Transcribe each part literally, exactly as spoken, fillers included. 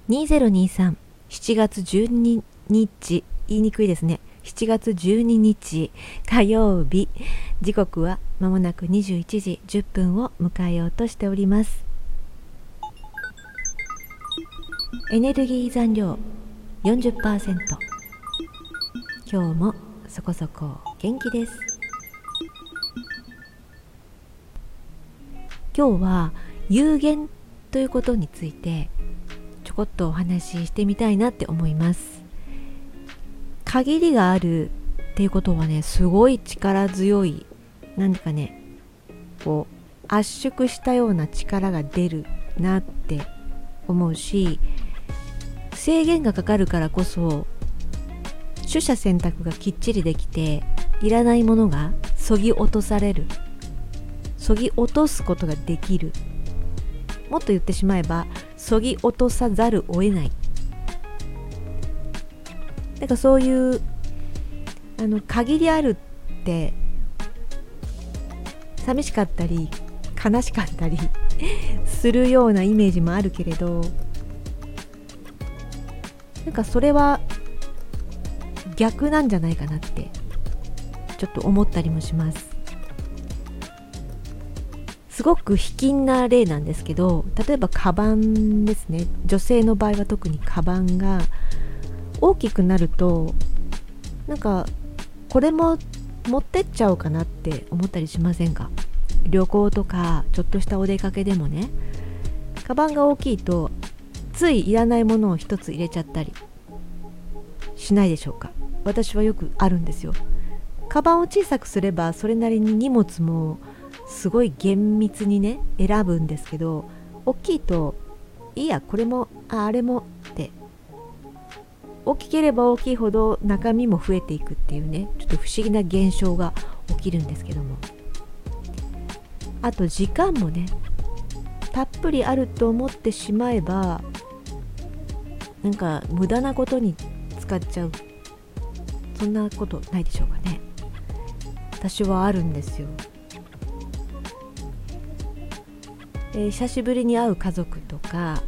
にせんにじゅうさん、しちがつじゅうににち、言いにくいですね。しちがつじゅうににち火曜日、時刻はまもなくにじゅういちじじゅっぷんを迎えようとしております。エネルギー残量 よんじゅっパーセント。 今日もそこそこ元気です。今日は有限ということについてちょこっとお話ししてみたいなって思います。限りがあるっていうことはね、すごい力強い、なんかね、こう圧縮したような力が出るなって思うし、制限がかかるからこそ取捨選択がきっちりできて、いらないものが削ぎ落とされる、削ぎ落とすことができる、もっと言ってしまえば削ぎ落とさざるを得ない。なんかそういうあの限りあるって寂しかったり悲しかったりするようなイメージもあるけれど、なんかそれは逆なんじゃないかなってちょっと思ったりもします。すごく卑近な例なんですけど、例えばカバンですね。女性の場合は特にカバンが大きくなると、なんかこれも持ってっちゃおうかなって思ったりしませんか？旅行とかちょっとしたお出かけでもね、カバンが大きいとついいらないものを一つ入れちゃったりしないでしょうか？私はよくあるんですよ。カバンを小さくすればそれなりに荷物もすごい厳密にね選ぶんですけど、大きいといいや、これも あ, あれもって大きければ大きいほど中身も増えていくっていうね、ちょっと不思議な現象が起きるんですけども、あと時間もね、たっぷりあると思ってしまえばなんか無駄なことに使っちゃう、そんなことないでしょうかね。私はあるんですよ。えー、久しぶりに会う家族とか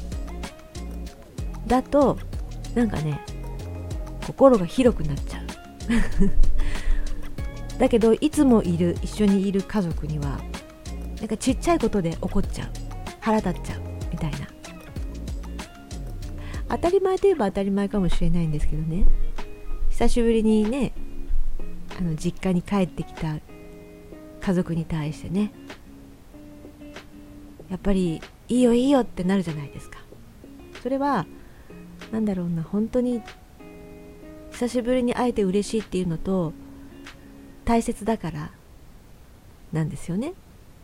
だとなんかね、心が広くなっちゃうだけどいつもいる一緒にいる家族にはなんかちっちゃいことで怒っちゃう、腹立っちゃうみたいな、当たり前といえば当たり前かもしれないんですけどね、久しぶりにね、あの実家に帰ってきた家族に対してね、やっぱりいいよいいよってなるじゃないですか。それはなんだろうな、本当に久しぶりに会えて嬉しいっていうのと大切だからなんですよね。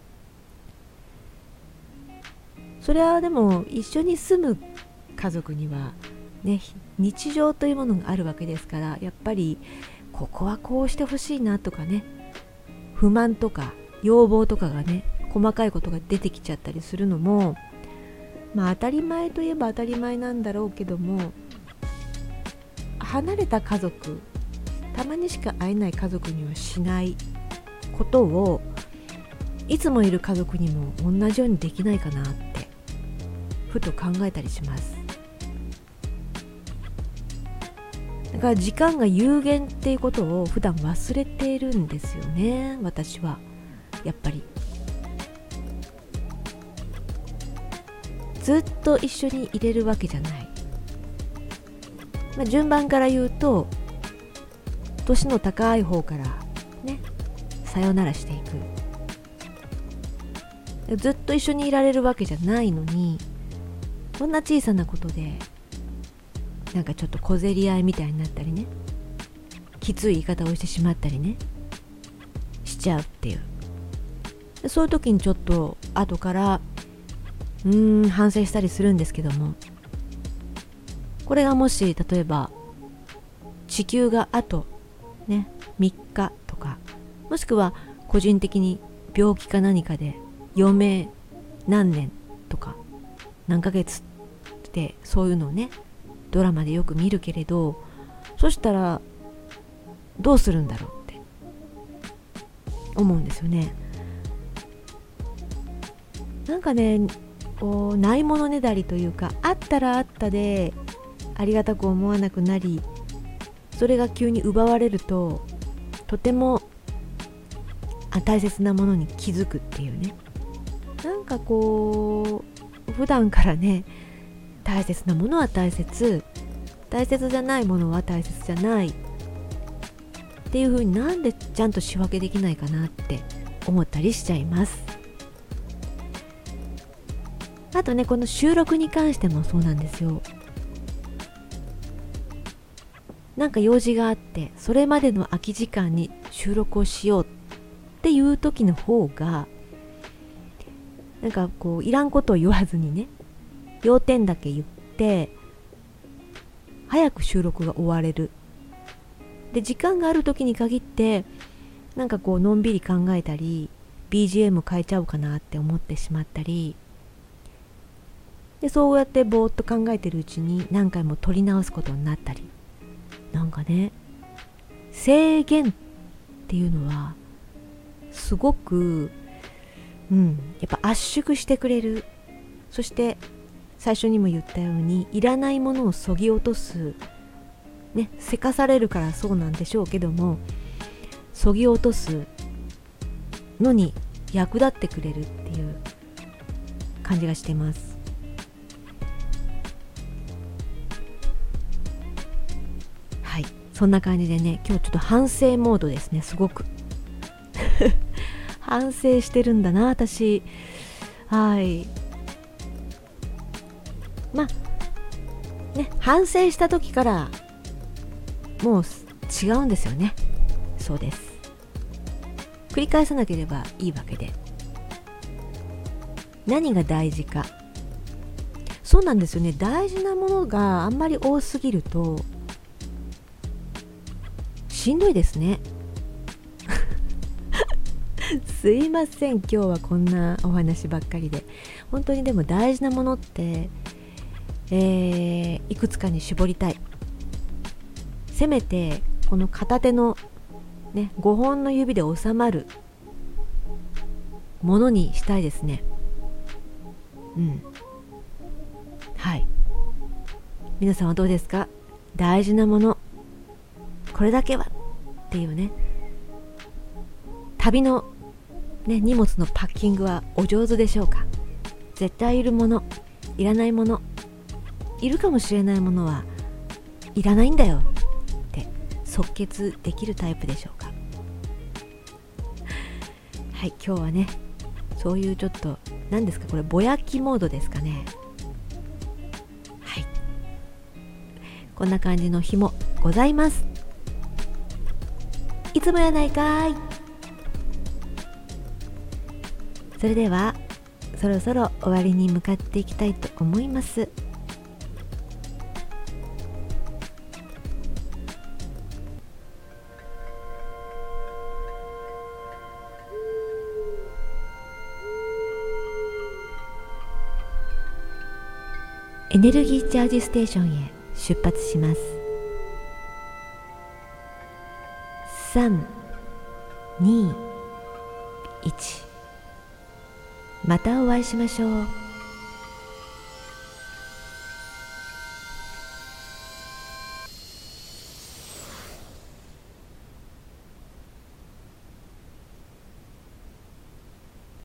それはでも一緒に住む家族にはね、日常というものがあるわけですから、やっぱりここはこうしてほしいなとかね、不満とか要望とかがね、細かいことが出てきちゃったりするのも、まあ当たり前といえば当たり前なんだろうけども、離れた家族、たまにしか会えない家族にはしないことをいつもいる家族にも同じようにできないかなってふと考えたりします。だから時間が有限っていうことを普段忘れているんですよね、私は。やっぱりずっと一緒にいれるわけじゃない。まあ、順番から言うと、年の高い方からね、さよならしていく。ずっと一緒にいられるわけじゃないのに、こんな小さなことでなんかちょっと小競り合いみたいになったりね、きつい言い方をしてしまったりねしちゃうっていう。そういう時にちょっと後からうーん反省したりするんですけども、これがもし例えば地球があとねみっかとか、もしくは個人的に病気か何かで余命何年とか何ヶ月ってそういうのをねドラマでよく見るけれど、そしたらどうするんだろうって思うんですよね。なんかね、 ないものねだりというか、あったらあったでありがたく思わなくなり、それが急に奪われるととても大切なものに気づくっていうね。なんかこう普段からね、大切なものは大切、大切じゃないものは大切じゃないっていう風に、なんでちゃんと仕分けできないかなって思ったりしちゃいます。あとね、この収録に関してもそうなんですよ。なんか用事があって、それまでの空き時間に収録をしようっていう時の方が、なんかこういらんことを言わずにね、要点だけ言って早く収録が終われる。で、時間がある時に限ってなんかこうのんびり考えたり ビージーエム 変えちゃおうかなって思ってしまったりで、そうやってぼーっと考えてるうちに何回も撮り直すことになったり、なんかね、制限っていうのはすごく、うん、やっぱ圧縮してくれる。そして最初にも言ったように、いらないものをそぎ落とす、ね、せかされるからそうなんでしょうけども、そぎ落とすのに役立ってくれるっていう感じがしてます。はい、そんな感じでね、今日ちょっと反省モードですね。すごく反省してるんだな私。はい、まあね、反省した時からもう違うんですよね。そうです。繰り返さなければいいわけで、何が大事か、そうなんですよね。大事なものがあんまり多すぎるとしんどいですねすいません、今日はこんなお話ばっかりで。本当にでも大事なものって、えー、いくつかに絞りたい。せめてこの片手の、ね、ごほんの指で収まるものにしたいですね。うん。はい。皆さんはどうですか？大事なもの、これだけはっていうね。旅のね、荷物のパッキングはお上手でしょうか？絶対いるもの、いらないもの、いるかもしれないものはいらないんだよって即決できるタイプでしょうか？はい、今日はね、そういうちょっと何ですかこれ、ぼやきモードですかね。はい、こんな感じの日もございます。いつもやないかい。それではそろそろ終わりに向かっていきたいと思います。エネルギーチャージステーションへ出発します。さん、に、いち、またお会いしましょう。